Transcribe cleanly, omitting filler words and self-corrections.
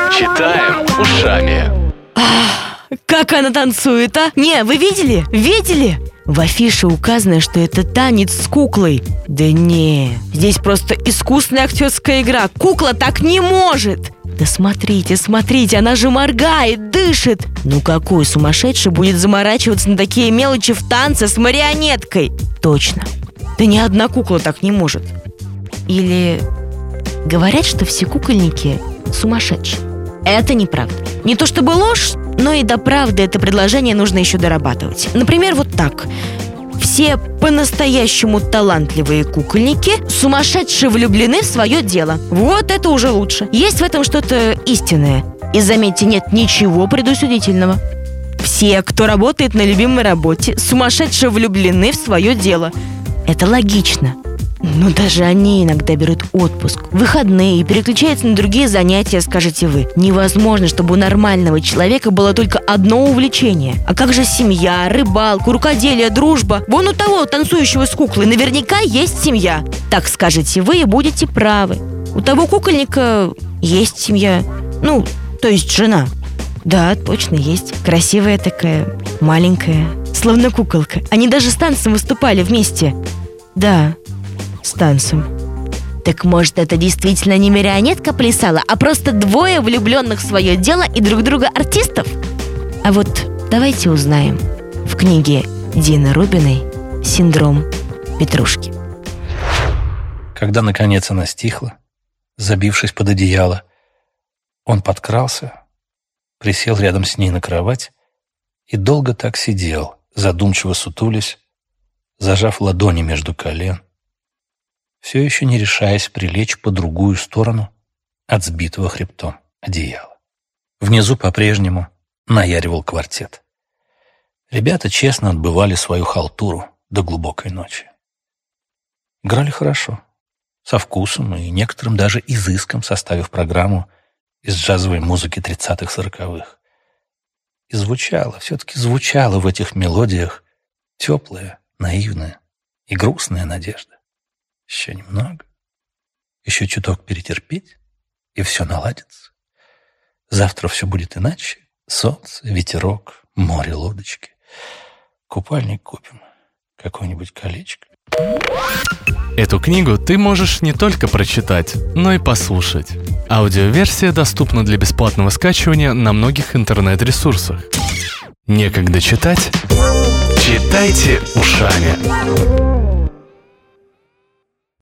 Читаем ушами. Как она танцует, а? Не, вы видели? Видели? В афише указано, что это танец с куклой. Да не, здесь просто искусная актерская игра. Кукла так не может. Да смотрите, смотрите, она же моргает, дышит. Ну какой сумасшедший будет заморачиваться на такие мелочи в танце с марионеткой? Точно. Да ни одна кукла так не может. Или говорят, что все кукольники сумасшедшие. Это неправда. Не то чтобы ложь, но и до правды это предложение нужно еще дорабатывать. Например, вот так. Все по-настоящему талантливые кукольники сумасшедше влюблены в свое дело. Вот это уже лучше. Есть в этом что-то истинное. И заметьте, нет ничего предусудительного. Все, кто работает на любимой работе, сумасшедше влюблены в свое дело. Это логично. Но даже они иногда берут отпуск, выходные и переключаются на другие занятия, скажете вы. Невозможно, чтобы у нормального человека было только одно увлечение. А как же семья, рыбалка, рукоделие, дружба? Вон у того, танцующего с куклой, наверняка есть семья. Так скажете вы и будете правы. У того кукольника есть семья. Ну, то есть жена. Да, точно есть. Красивая такая, маленькая, словно куколка. Они даже с танцем выступали вместе. Да, с танцем. Так может, это действительно не марионетка плясала, а просто двое влюбленных в свое дело и друг друга артистов? А вот давайте узнаем в книге Дины Рубиной «Синдром Петрушки». Когда, наконец, она стихла, забившись под одеяло, он подкрался, присел рядом с ней на кровать и долго так сидел, задумчиво сутулясь, зажав ладони между колен, все еще не решаясь прилечь по другую сторону от сбитого хребтом одеяла. Внизу по-прежнему наяривал квартет. Ребята честно отбывали свою халтуру до глубокой ночи. Играли хорошо, со вкусом и некоторым даже изыском, составив программу из джазовой музыки 30-х-40-х. И все-таки звучала в этих мелодиях теплая, наивная и грустная надежда. Еще немного, еще чуток перетерпеть, и все наладится. Завтра все будет иначе. Солнце, ветерок, море, лодочки. Купальник купим, какое-нибудь колечко. Эту книгу ты можешь не только прочитать, но и послушать. Аудиоверсия доступна для бесплатного скачивания на многих интернет-ресурсах. Некогда читать? Читайте ушами.